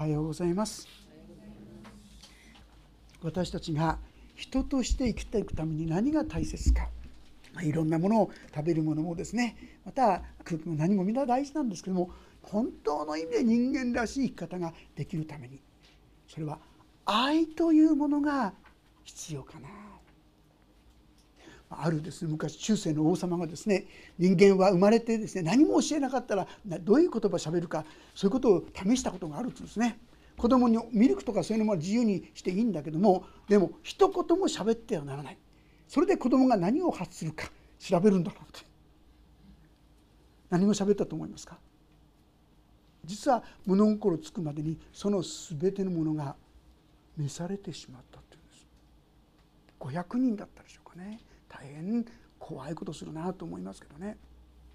はようございます。私たちが人として生きていくために何が大切か、いろんなものを食べるものもですね、また空気も何もみんな大事なんですけども、本当の意味で人間らしい生き方ができるために、それは愛というものが必要かな。あるですね、昔中世の王様がですね、人間は生まれてですね、何も教えなかったらどういう言葉をしゃべるか、そういうことを試したことがあるんですね。子供にミルクとかそういうのも自由にしていいんだけども、でも一言も喋ってはならない。それで子供が何を発するか調べるんだろうって。何を喋ったと思いますか？実は物心つくまでにその全てのものが召されてしまったっていうんです。500人だったでしょうかね。大変怖いことするなと思いますけどね。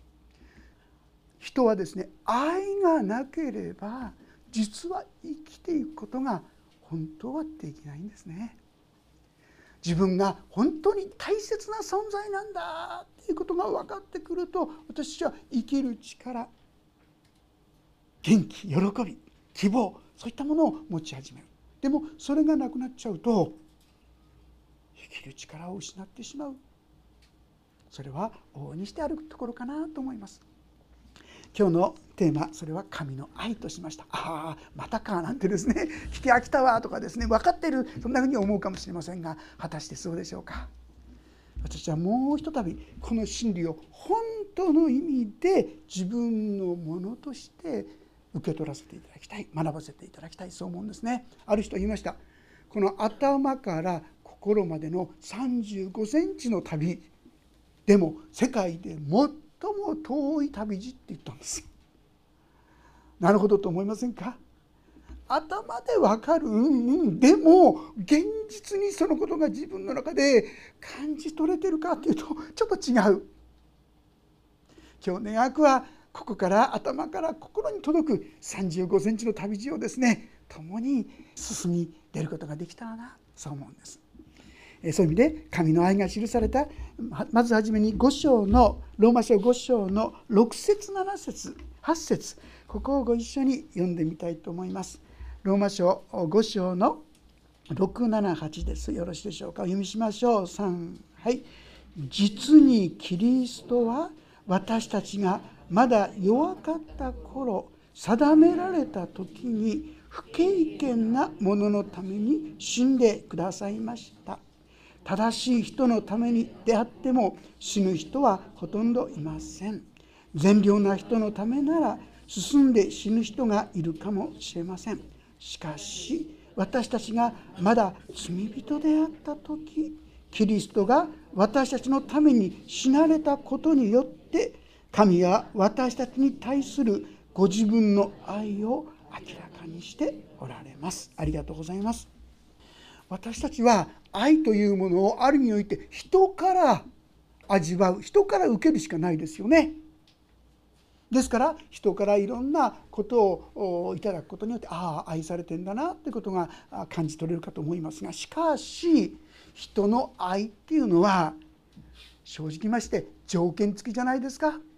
人はですね、愛がなければ実は生きていくことが本当はできないんですね。自分が本当に大切な存在なんだということが分かってくると、私たちは生きる力、元気、喜び、希望、そういったものを持ち始める。でもそれがなくなっちゃうと生きる力を失ってしまう。それは往々にしてあるところかなと思います。今日のテーマ、それは神の愛としました。またかなんてですね、聞き飽きたわとかですね、分かってる、そんなふうに思うかもしれませんが、果たしてそうでしょうか。私はもうひとたびこの真理を本当の意味で自分のものとして受け取らせていただきたい、学ばせていただきたい、そう思うんですね。ある人は言いました。この頭から心までの35センチの旅でも世界で最も遠い旅路って言ったんです。なるほどと思いませんか？頭でわかる、でも現実にそのことが自分の中で感じ取れてるかというとちょっと違う。今日願くはここから頭から心に届く35センチの旅路をですね、共に進み出ることができたらな、そう思うんです。そういう意味で神の愛が記された、まずはじめにローマ書5章の6節7節8節、ここをご一緒に読んでみたいと思います。ローマ書5章の6、7、8です。よろしいでしょうか。お読みしましょう。3、はい。実にキリストは私たちがまだ弱かった頃、定められた時に不敬虔なもののために死んでくださいました。正しい人のためにであっても死ぬ人はほとんどいません。善良な人のためなら進んで死ぬ人がいるかもしれません。しかし私たちがまだ罪人であった時、キリストが私たちのために死なれたことによって神は私たちに対するご自分の愛を明らかにしておられます。ありがとうございます。私たちは愛というものをある意味において人から味わう、人から受けるしかないですよね。ですから人からいろんなことをいただくことによって、愛されてんだなということが感じ取れるかと思いますが、しかし人の愛っていうのは正直まして条件付きじゃないですか。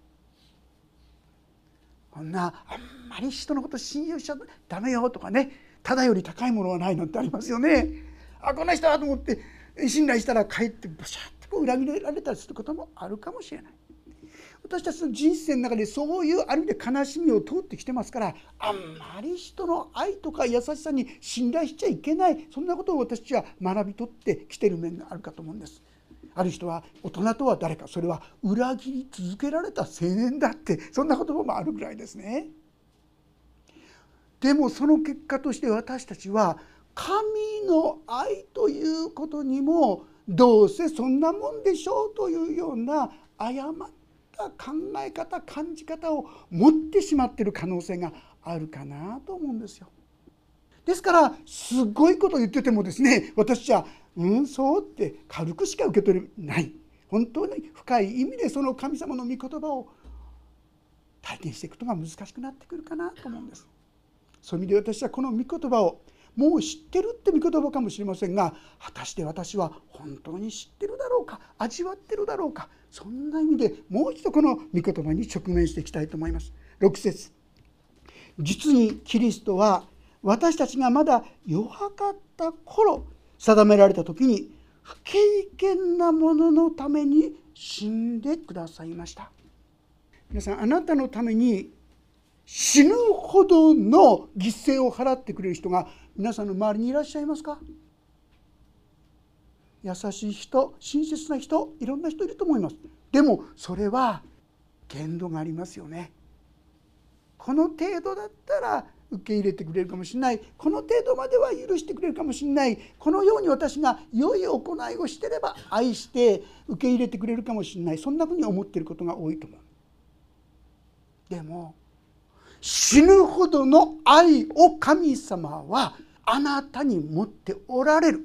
こんなあんまり人のこと信用しちゃダメよとかね、ただより高いものはないなんてありますよね。この人だと思って信頼したらかえってブシャッと裏切られたりすることもあるかもしれない。私たちの人生の中でそういうある意味で悲しみを通ってきてますから、あんまり人の愛とか優しさに信頼しちゃいけない、そんなことを私たちは学び取ってきている面があるかと思うんです。ある人は大人とは誰か、それは裏切り続けられた青年だって、そんな言葉もあるぐらいですね。でもその結果として私たちは神の愛ということにもどうせそんなもんでしょうというような誤った考え方、感じ方を持ってしまっている可能性があるかなと思うんですよ。ですからすごいことを言っててもですね、私はそうって軽くしか受け取れない。本当に深い意味でその神様の御言葉を体験していくことが難しくなってくるかなと思うんです。そういう意味で私はこの御言葉をもう知ってるって御言葉かもしれませんが、果たして私は本当に知ってるだろうか、味わってるだろうか、そんな意味でもう一度この御言葉に直面していきたいと思います。6節、実にキリストは私たちがまだ弱かった頃、定められた時に不経験なもののために死んでくださいました。皆さん、あなたのために死ぬほどの犠牲を払ってくれる人が皆さんの周りにいらっしゃいますか？優しい人、親切な人、いろんな人いると思います。でもそれは限度がありますよね。この程度だったら受け入れてくれるかもしれない、この程度までは許してくれるかもしれない、このように私が良い行いをしてれば愛して受け入れてくれるかもしれない、そんなふうに思っていることが多いと思う。でも死ぬほどの愛を神様はあなたに持っておられる、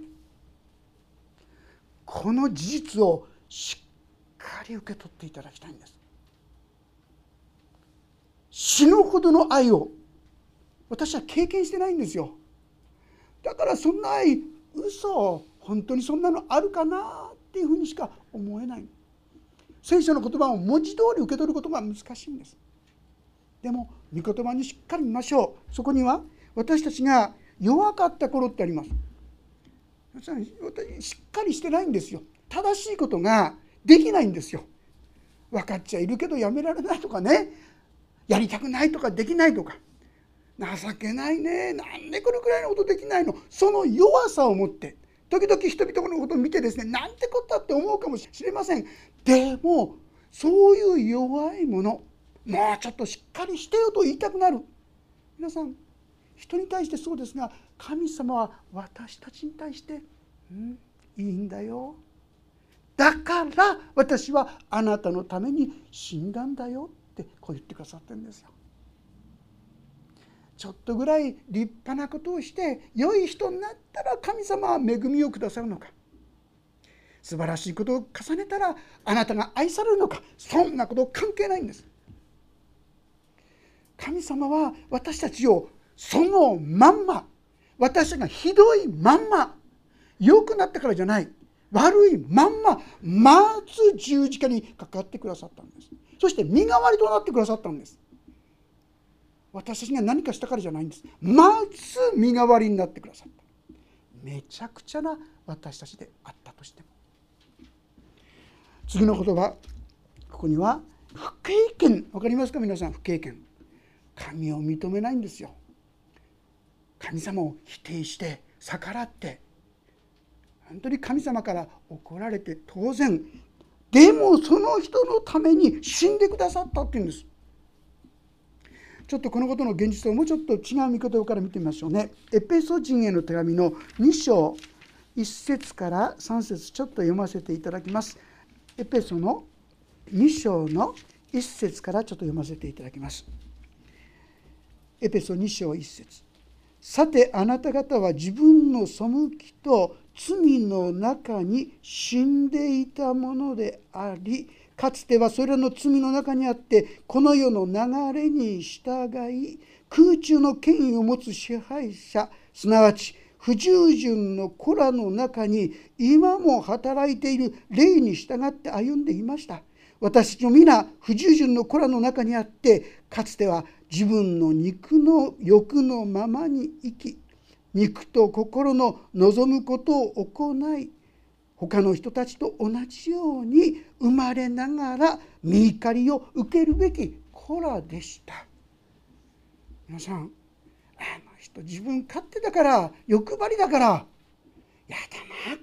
この事実をしっかり受け取っていただきたいんです。死ぬほどの愛を私は経験してないんですよ。だからそんな愛、嘘、本当にそんなのあるかなっていうふうにしか思えない。聖書の言葉を文字通り受け取ることが難しいんです。でも御言葉にしっかり見ましょう。そこには私たちが弱かった頃ってあります。しっかりしてないんですよ。正しいことができないんですよ。分かっちゃいるけどやめられないとかね、やりたくないとかできないとか、情けないね、なんでこれくらいのことできないの、その弱さを持って時々人々のことを見てですね、なんてことだって思うかもしれません。でもそういう弱いもの、もうちょっとしっかりしてよと言いたくなる。皆さん、人に対してそうですが、神様は私たちに対して、いいんだよ、だから私はあなたのために死んだんだよってこう言ってくださってるんですよ。ちょっとぐらい立派なことをして良い人になったら神様は恵みをくださるのか、素晴らしいことを重ねたらあなたが愛されるのか、そんなこと関係ないんです。神様は私たちをそのまんま、私たちがひどいまんま、良くなったからじゃない、悪いまんま、まず十字架にかかってくださったんです。そして身代わりとなってくださったんです。私たちが何かしたからじゃないんです。まず身代わりになってくださった。めちゃくちゃな私たちであったとしても。次の言葉、ここには不経験、わかりますか皆さん、不経験。神を認めないんですよ。神様を否定して逆らって、本当に神様から怒られて当然、でもその人のために死んでくださったっていうんです。ちょっとこのことの現実をもうちょっと違う見方から見てみましょうね。エペソ人への手紙の2章1節から3節ちょっと読ませていただきます。エペソの2章の1節からちょっと読ませていただきます。エペソ2章1節。さてあなた方は自分の背きと罪の中に死んでいたものであり、かつてはそれらの罪の中にあってこの世の流れに従い、空中の権威を持つ支配者、すなわち不従順の子らの中に今も働いている霊に従って歩んでいました。私たちも皆不従順の子らの中にあって、かつては自分の肉の欲のままに生き、肉と心の望むことを行い、他の人たちと同じように生まれながら御怒りを受けるべき子らでした。皆さん、あの人自分勝手だから、欲張りだからやだな。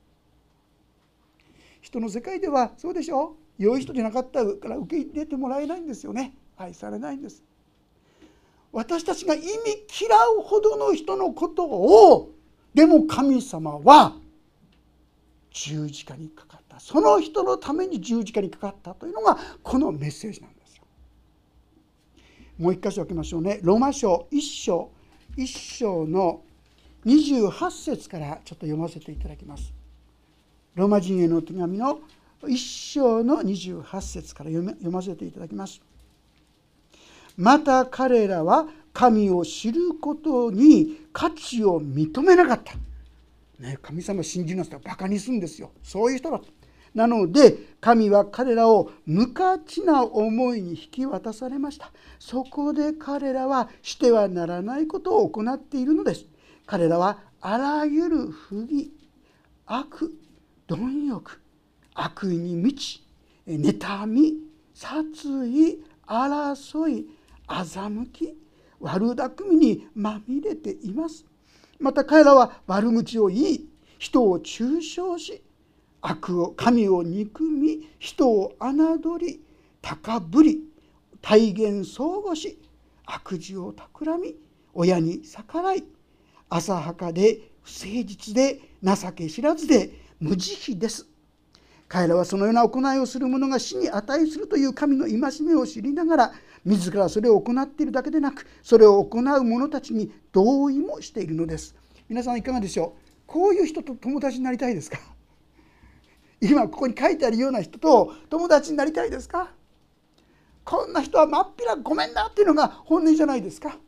人の世界ではそうでしょ。良い人じゃなかったから受け入れてもらえないんですよね。愛されないんです。私たちが意味嫌うほどの人のことを、でも神様は十字架にかかった、その人のために十字架にかかったというのがこのメッセージなんですよ。もう一箇所開けましょうね。ローマ書1章の28節からちょっと読ませていただきます。ローマ人への手紙の1章の28節から読ませていただきます。また彼らは神を知ることに価値を認めなかった。ね、神様信じなさいバカにするんですよ。そういう人だ。 なので神は彼らを無価値な思いに引き渡されました。そこで彼らはしてはならないことを行っているのです。彼らはあらゆる不義、悪、貪欲、悪意に満ち、妬み、殺意、争い、欺き、悪巧みにまみれています。また彼らは悪口を言い、人を中傷し、神を憎み、人を侮り、高ぶり、体言相互し、悪事を企み、親に逆らい、浅はかで不誠実で情け知らずで無慈悲です。彼らはそのような行いをする者が死に値するという神の戒めを知りながら、自らそれを行っているだけでなく、それを行う者たちに同意もしているのです。皆さんいかがでしょう。こういう人と友達になりたいですか。今ここに書いてあるような人と友達になりたいですか。こんな人はまっぴらごめんなっていうのが本音じゃないですか。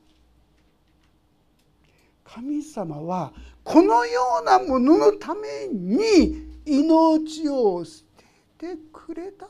神様はこのようなもののために命を捨ててくれた。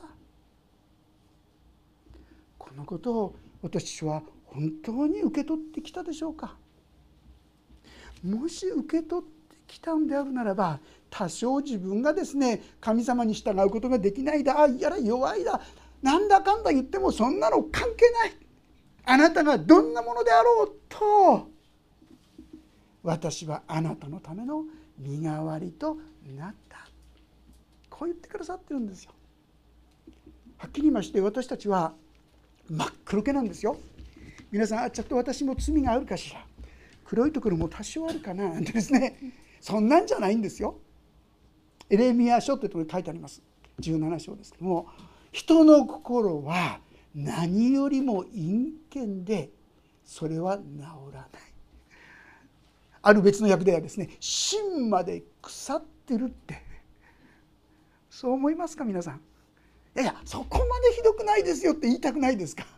このことを私は本当に受け取ってきたでしょうか。もし受け取ってきたんであるならば、多少自分がですね、神様に従うことができないだ、いやら弱いだ、なんだかんだ言ってもそんなの関係ない、あなたがどんなものであろうと、私はあなたのための身代わりとなった、こう言ってくださってるんですよ。はっきり言いまして、私たちは真っ黒けなんですよ。皆さん、ちょっと私も罪があるかしら、黒いところも多少あるかななんてですね、そんなんじゃないんですよ。エレミヤ書というところに書いてあります。17章ですけども、人の心は何よりも陰険で、それは治らない。ある別の訳ではですね、芯まで腐ってるって、そう思いますか皆さん。いやそこまでひどくないですよって言いたくないですか。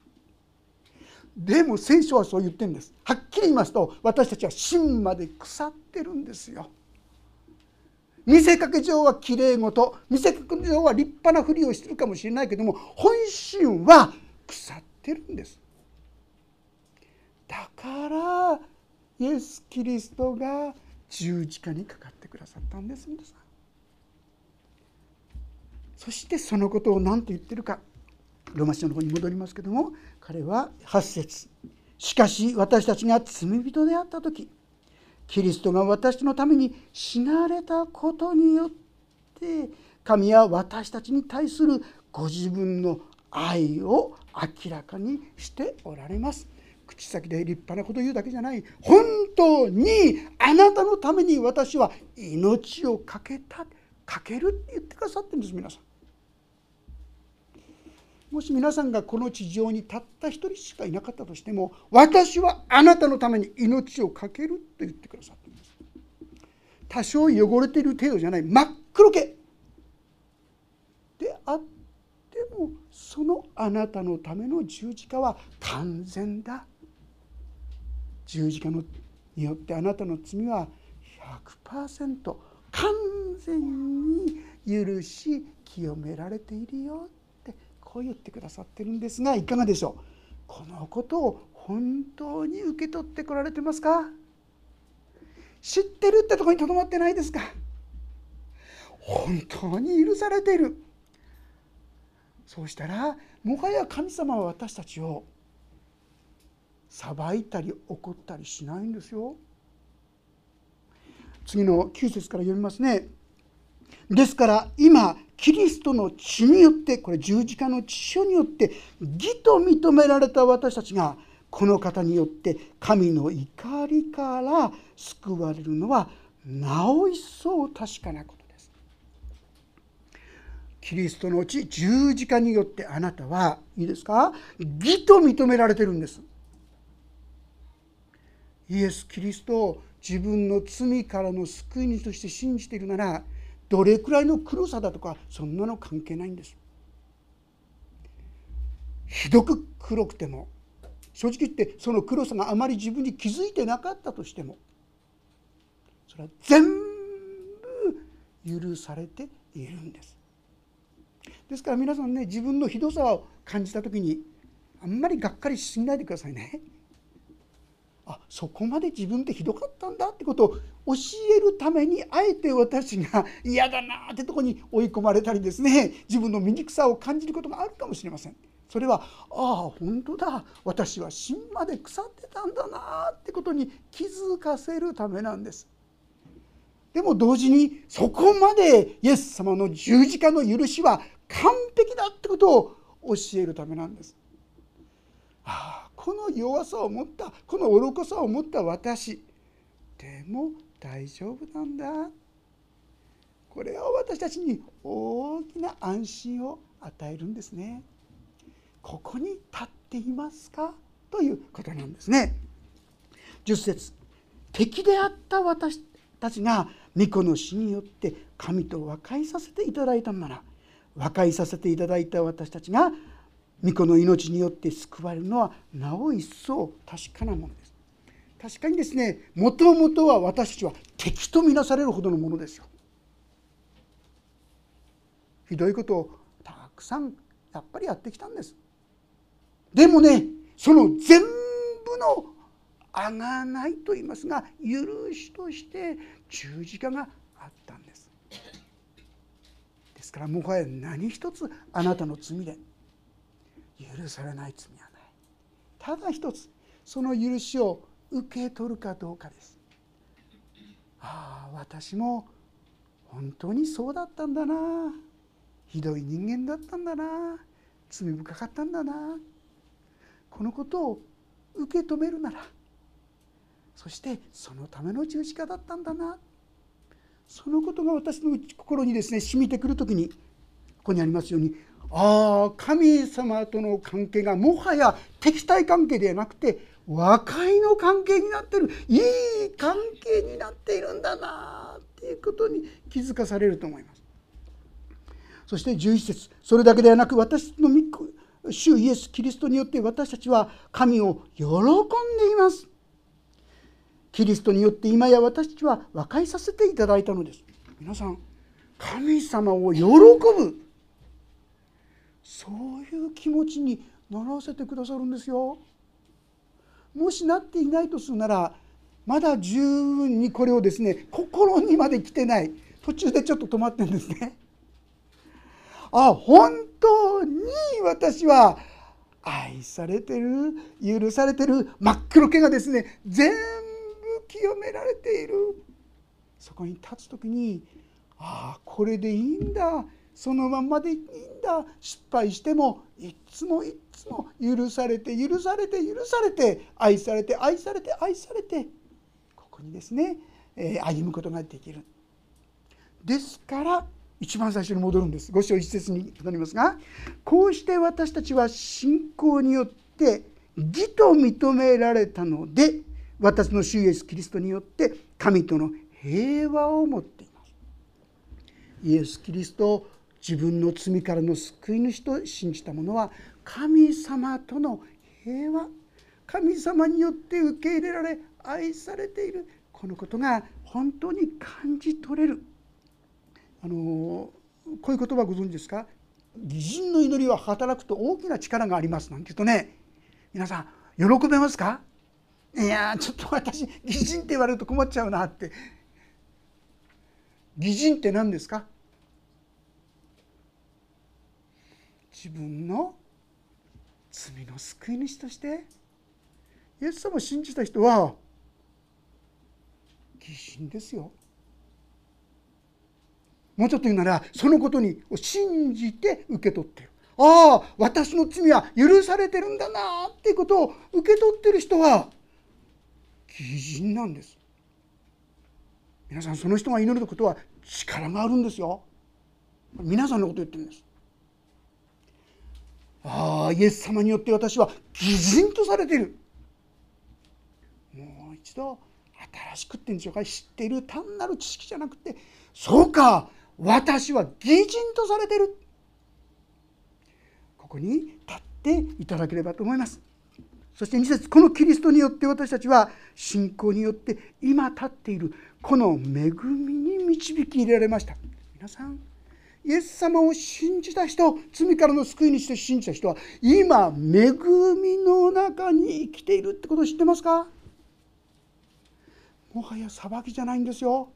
でも聖書はそう言ってるんです。はっきり言いますと、私たちは芯まで腐ってるんですよ。見せかけ上はきれい事、見せかけ上は立派なふりをしてるかもしれないけども、本心は腐ってるんです。だからイエス・キリストが十字架にかかってくださったんです。皆さん、そしてそのことを何と言ってるか、ローマ書の方に戻りますけども、彼は8節、しかし私たちが罪人であった時、キリストが私のために死なれたことによって、神は私たちに対するご自分の愛を明らかにしておられます。口先で立派なことを言うだけじゃない、本当にあなたのために私は命をかけるって言ってくださってるんです。皆さん、もし皆さんがこの地上にたった一人しかいなかったとしても、私はあなたのために命をかけると言ってくださっています。多少汚れている程度じゃない、真っ黒けであっても、そのあなたのための十字架は完全だ。十字架によってあなたの罪は 100% 完全に許し清められているよ、こう言ってくださってるんですが、いかがでしょう。このことを本当に受け取ってこられてますか。知ってるってところにとどまってないですか。本当に許されている。そうしたらもはや神様は私たちを裁いたり怒ったりしないんですよ。次の9節から読みますね。ですから今キリストの血によって、これ十字架の血潮によって義と認められた私たちが、この方によって神の怒りから救われるのはなお一層確かなことです。キリストの血、十字架によってあなたはいいですか、義と認められているんです。イエス・キリストを自分の罪からの救い主として信じているなら、どれくらいの黒さだとかそんなの関係ないんです。ひどく黒くても、正直言ってその黒さがあまり自分に気づいてなかったとしても、それは全部許されているんです。 ですから皆さんね、自分のひどさを感じた時にあんまりがっかりしすぎないでくださいね。そこまで自分ってひどかったんだってことを教えるために、あえて私が嫌だなってとこに追い込まれたりですね、自分の醜さを感じることがあるかもしれません。それは本当だ、私は芯まで腐ってたんだなってことに気づかせるためなんです。でも同時にそこまでイエス様の十字架の許しは完璧だってことを教えるためなんです。この弱さを持った、この愚かさを持った私でも大丈夫なんだ。これは私たちに大きな安心を与えるんですね。ここに立っていますかということなんですね。10節、敵であった私たちが御子の死によって神と和解させていただいたなら、和解させていただいた私たちが御子の命によって救われるのはなお一層確かなものです。確かにですね、もともとは私たちは敵とみなされるほどのものですよ。ひどいことをたくさんやっぱりやってきたんです。でもね、その全部の贖いといいますが、許しとして十字架があったんです。ですからもはや何一つあなたの罪で許されない罪はない。ただ一つ、その許しを受け取るかどうかです。私も本当にそうだったんだな、ひどい人間だったんだな、罪深かったんだな、このことを受け止めるなら、そしてそのための十字架だったんだな、そのことが私の心にですね染みてくるときに、ここにありますように、神様との関係がもはや敵対関係ではなくて和解の関係になっている、いい関係になっているんだなっていうことに気づかされると思います。そして11節、それだけではなく私の主イエス・キリストによって私たちは神を喜んでいます。キリストによって今や私たちは和解させていただいたのです。皆さん、神様を喜ぶ、そういう気持ちにならせてくださるんですよ。もしなっていないとするなら、まだ十分にこれをですね心にまで来てない、途中でちょっと止まってるんですね。本当に私は愛されてる、許されてる、真っ黒けがですね全部清められている。そこに立つときに、これでいいんだ、そのままでいいんだ、失敗してもいつもいつも許されて許されて許されて、愛されて愛されて愛されて、ここにですね、歩むことができる。ですから一番最初に戻るんです。5章1節になりますが、こうして私たちは信仰によって義と認められたので、私の主イエスキリストによって神との平和を持っています。イエスキリストを自分の罪からの救い主と信じた者は、神様との平和、神様によって受け入れられ愛されている、このことが本当に感じ取れる。こういう言葉ご存知ですか？義人の祈りは働くと大きな力がありますなんて言うとね、皆さん喜べますか？いやちょっと私義人って言われると困っちゃうなって。義人って何ですか？自分の罪の救い主としてイエス様を信じた人は義人ですよ。もうちょっと言うなら、そのことに信じて受け取っている。私の罪は許されてるんだなっていうことを受け取っている人は義人なんです。皆さん、その人が祈ることは力があるんですよ。皆さんのことを言ってるんです。イエス様によって私は義人とされている。もう一度新しくってんでしょうか、知っている単なる知識じゃなくて、そうか、私は義人とされている、ここに立っていただければと思います。そして2節、このキリストによって私たちは信仰によって今立っているこの恵みに導き入れられました。皆さん、 イエス様を信じた人、罪からの救い主として信じた人は今恵みの中に生きているってことを知ってますか？もはや裁きじゃないんですよ。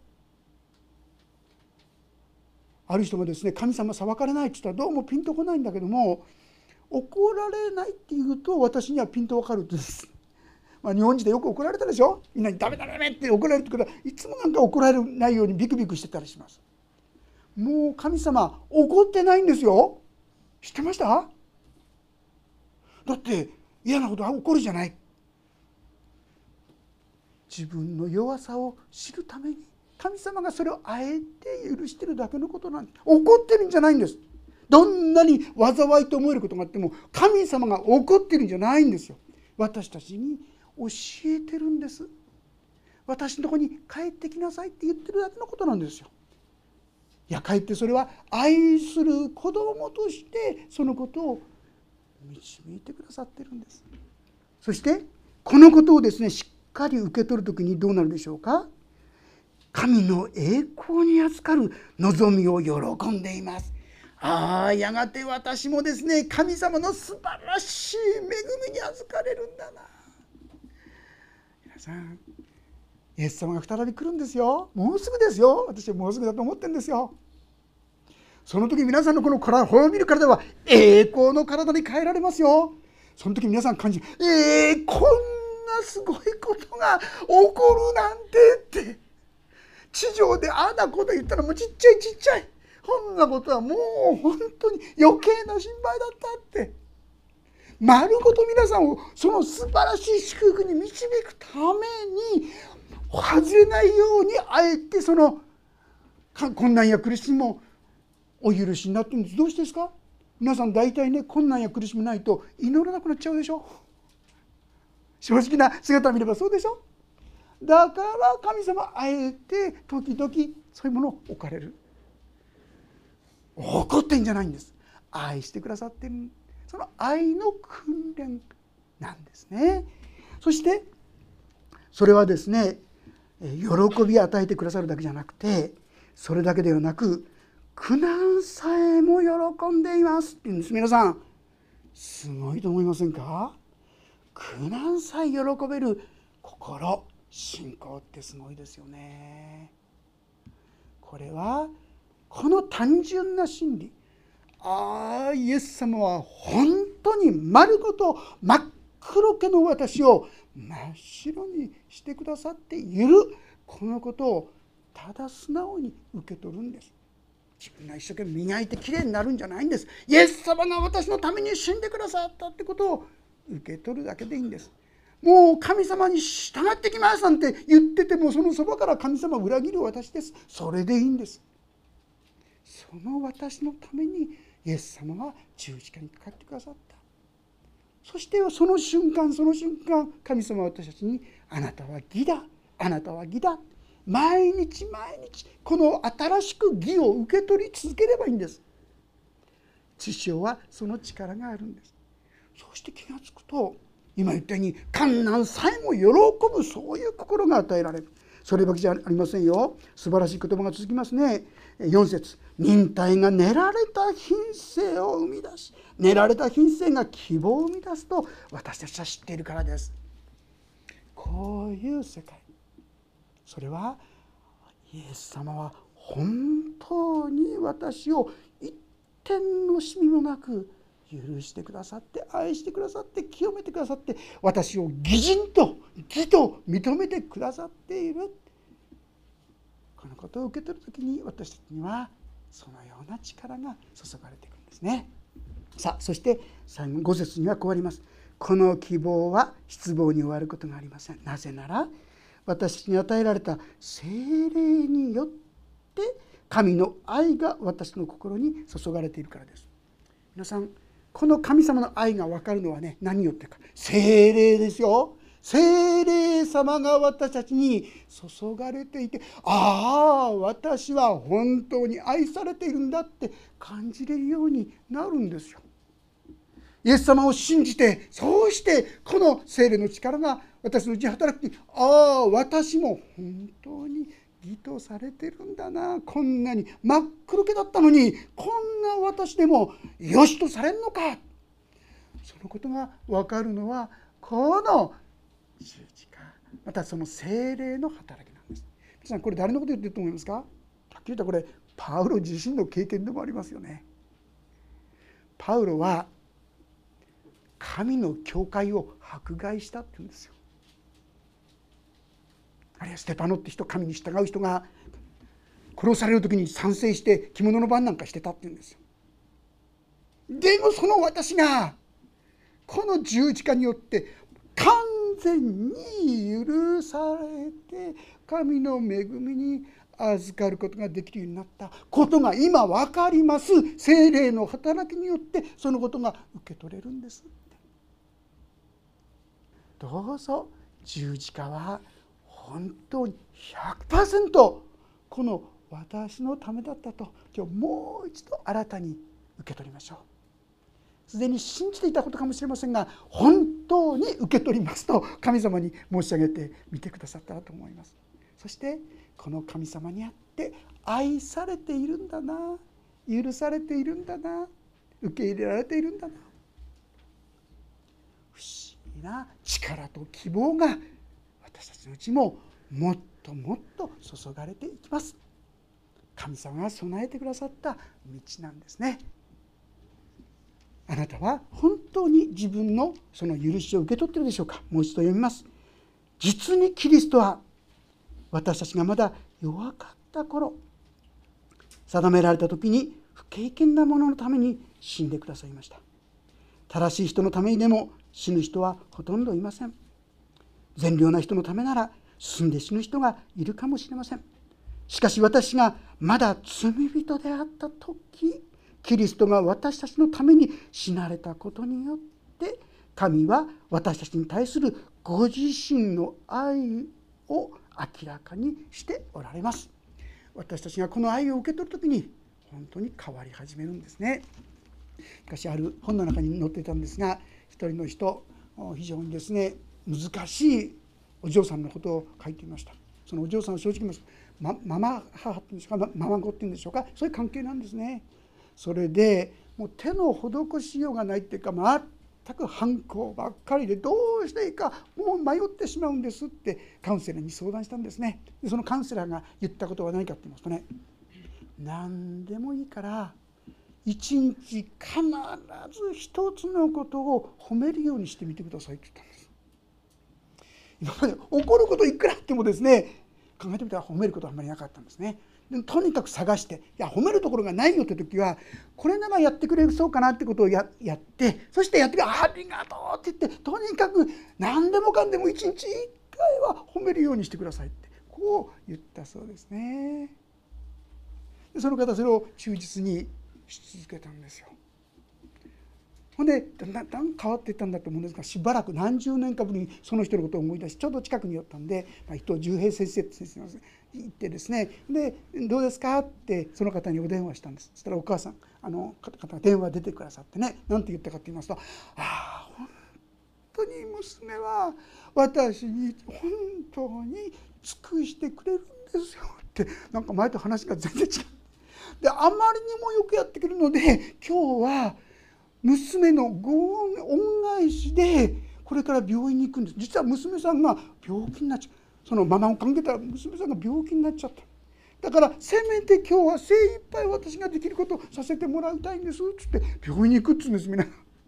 ある人がですね、神様裁かれないって言ったらどうもピンとこないんだけども、怒られないって言うと私にはピンとわかるんです。日本人でよく怒られたでしょ。みんなにダメダメダメって怒られるってことは、いつもなんか怒られないようにビクビクしてたりします。もう神様怒ってないんですよ。知ってました？だって嫌なことは起こるじゃない。自分の弱さを知るために神様がそれをあえて許してるだけのことなんです。怒ってるんじゃないんです。どんなに災いと思えることがあっても神様が怒ってるんじゃないんですよ。私たちに教えてるんです。私のところに帰ってきなさいって言ってるだけのことなんですよ。いや、かえってそれは愛する子供としてそのことを導いてくださってるんです。そしてこのことをですね、しっかり受け取るときにどうなるでしょうか。神の栄光に預かる望みを喜んでいます。やがて私もですね、神様の素晴らしい恵みに預かれるんだな。皆さん、イエス様が再び来るんですよ。もうすぐですよ。私はもうすぐだと思ってるんですよ。その時皆さんのこの滅びる体は栄光の体に変えられますよ。その時皆さん感じ、こんなすごいことが起こるなんてって、地上であんなこと言ったらもうちっちゃいちっちゃい、こんなことはもう本当に余計な心配だったって、丸ごと皆さんをその素晴らしい祝福に導くために外れないようにあえてその困難や苦しみもお許しになっているんです。どうしてですか？皆さん大体ね、困難や苦しみないと祈らなくなっちゃうでしょ。正直な姿を見ればそうでしょ。だから神様あえて時々そういうものを置かれる。怒ってんじゃないんです。愛してくださっている、その愛の訓練なんですね。そしてそれはですね、喜びを与えてくださるだけじゃなくて、それだけではなく苦難さえも喜んでいますって言うんです。皆さんすごいと思いませんか？苦難さえ喜べる心、信仰ってすごいですよね。これはこの単純な真理、イエス様は本当に丸ごと真っ黒けの私を真っ白にしてくださっている、このことをただ素直に受け取るんです。自分が一生懸命磨いてきれいになるんじゃないんです。イエス様が私のために死んでくださったってことを受け取るだけでいいんです。もう神様に従ってきますなんて言ってても、そのそばから神様を裏切る私です。それでいいんです。その私のためにイエス様は十字架にかかってくださった。そしてその瞬間その瞬間、神様は私たちにあなたは義だ、あなたは義だ、毎日毎日この新しく義を受け取り続ければいいんです。父親はその力があるんです。そうして気がつくと、今言ったように患難さえも喜ぶ、そういう心が与えられる。そればかりじゃありませんよ。素晴らしい言葉が続きますね。4節、忍耐が練られた品性を生み出し、練られた品性が希望を生み出すと私たちは知っているからです。こういう世界、それはイエス様は本当に私を一点のシミもなく許してくださって、愛してくださって、清めてくださって、私を義人と義と認めてくださっている。このことを受け取るときに私たちにはそのような力が注がれていくんですね。さあ、そして最後5節にはこうあります。この希望は失望に終わることがありません。なぜなら私に与えられた聖霊によって神の愛が私の心に注がれているからです。皆さん、この神様の愛が分かるのはね、何によってか、聖霊ですよ。聖霊様が私たちに注がれていて、私は本当に愛されているんだって感じれるようになるんですよ。イエス様を信じて、そうしてこの聖霊の力が私のうちに働く。私も本当に義とされてるんだな、こんなに真っ黒けだったのにこんな私でもよしとされるのか、そのことが分かるのはこの十字架、またその聖霊の働きなんです。皆さん、これ誰のこと言ってると思いますか？はっきり言ったらこれパウロ自身の経験でもありますよね。パウロは神の教会を迫害したって言うんですよ。あるいはステパノって人、神に従う人が殺される時に賛成して着物の番なんかしてたって言うんですよ。でもその私がこの十字架によって完全に許されて神の恵みに預かることができるようになったことが今分かります。聖霊の働きによってそのことが受け取れるんです。どうぞ十字架は本当に 100% この私のためだったと今日もう一度新たに受け取りましょう。すでに信じていたことかもしれませんが、本当に受け取りますと神様に申し上げてみてくださったらと思います。そしてこの神様にあって愛されているんだな、許されているんだな、受け入れられているんだな、不思議な力と希望が私たちのうちももっともっと注がれていきます。神様が備えてくださった道なんですね。あなたは本当に自分のその許しを受け取っているでしょうか。もう一度読みます。実にキリストは私たちがまだ弱かった頃、定められた時に不敬虔な者のために死んでくださいました。正しい人のためにでも死ぬ人はほとんどいません。善良な人のためなら死んで死ぬ人がいるかもしれません。しかし私がまだ罪人であった時、キリストが私たちのために死なれたことによって神は私たちに対するご自身の愛を明らかにしておられます。私たちがこの愛を受け取るときに本当に変わり始めるんですね。昔ある本の中に載っていたんですが、一人の人、非常にですね難しいお嬢さんのことを書いていました。そのお嬢さんは正直言いますとママ母っていうんですか、ママ子っていうんでしょうか、そういう関係なんですね。それでもう手の施しようがないっていうか、全く反抗ばっかりでどうしていいかもう迷ってしまうんですってカウンセラーに相談したんですね。でそのカウンセラーが言ったことは何かって言いますとね、何でもいいから一日必ず一つのことを褒めるようにしてみてくださいって言ったんです。今まで怒ることいくらあってもですね、考えてみたら褒めることはあんまりなかったんですね。でとにかく探して、いや褒めるところがないよって時はこれならやってくれそうかなってことをやって、そしてやってくれ、ありがとうって言って、とにかく何でもかんでも一日一回は褒めるようにしてくださいってこう言ったそうですね。でその方それを忠実にし続けたんですよ。ほんでだんだん変わっていったんだと思うんですが、しばらく何十年かぶりにその人のことを思い出し、ちょうど近くに寄ったんで、伊藤十平先生って先生が行ってですね、でどうですかってその方にお電話したんです。そしたらお母さん方が電話出てくださってね、何て言ったかと言いますと、本当に娘は私に本当に尽くしてくれるんですよって、なんか前と話が全然違う。であまりにもよくやってくるので、今日は娘のご恩返しでこれから病院に行くんです。実は娘さんが病気になっちゃう、そのママを関係たら娘さんが病気になっちゃった。だからせめて今日は精一杯私ができることをさせてもらいたいんですってって病院に行くっつうんです。みんな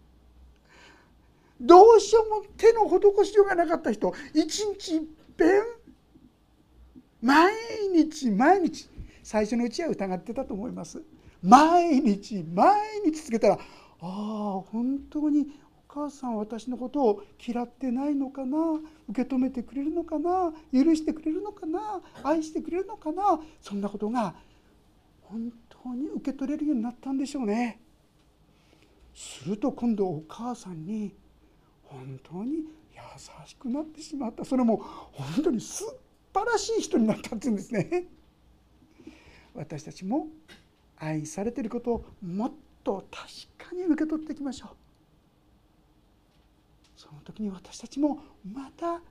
どうしようも手の施しようがなかった人、一日一遍毎日最初のうちは疑ってたと思います。毎日続けたら、本当にお母さんは私のことを嫌ってないのかな、受け止めてくれるのかな、許してくれるのかな、愛してくれるのかな、そんなことが本当に受け取れるようになったんでしょうね。すると今度お母さんに本当に優しくなってしまった。それも本当に素晴らしい人になったっていうんですね。私たちも愛されていることをもっと確かに受け取っていきましょう。その時に私たちもまた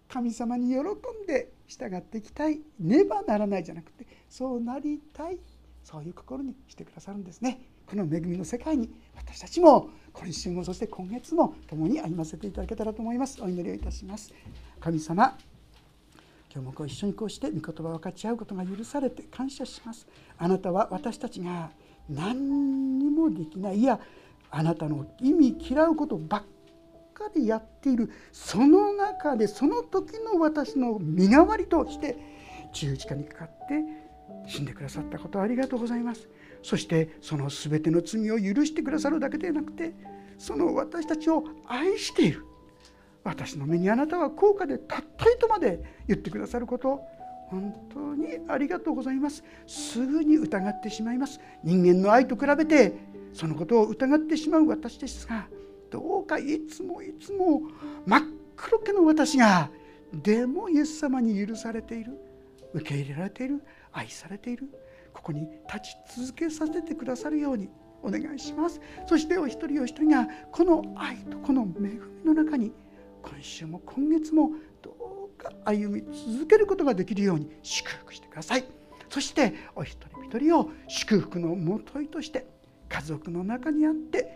神様に喜んで従っていきたい、ねばならないじゃなくて、そうなりたい、そういう心にしてくださるんですね。この恵みの世界に私たちも今週もそして今月も共に歩ませていただけたらと思います。お祈りをいたします。神様、今日も一緒にこうして御言葉を分かち合うことが許されて感謝します。あなたは私たちが何にもできない、いやあなたの意味嫌うことばっかりやっている、その中でその時の私の身代わりとして十字架にかかって死んでくださったことをありがとうございます。そしてその全ての罪を許してくださるだけではなくて、その私たちを愛している、私の目にあなたは高価でたったいとまで言ってくださること、本当にありがとうございます。すぐに疑ってしまいます。人間の愛と比べてそのことを疑ってしまう私ですが、どうかいつもいつも真っ黒けの私がでもイエス様に許されている、受け入れられている、愛されている、ここに立ち続けさせてくださるようにお願いします。そしてお一人お一人がこの愛とこの恵みの中に今週も今月もどうか歩み続けることができるように祝福してください。そしてお一人一人を祝福のもといとして、家族の中にあって、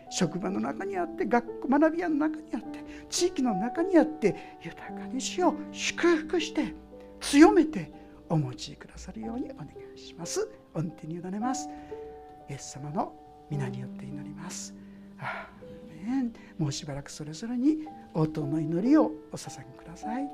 職場の中にあって、学校学び屋の中にあって、地域の中にあって、豊かに主を祝福して強めてお持ちくださるようにお願いします。御手に委ねます。イエス様の皆によって祈ります。アーメン。もうしばらくそれぞれに応答の祈りをお捧げください。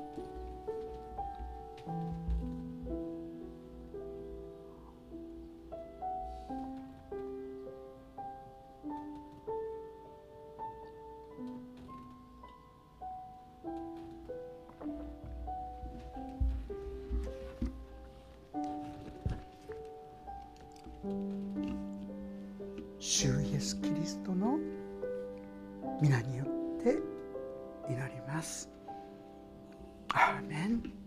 主イエスキリストの皆によって祈ります。アーメン。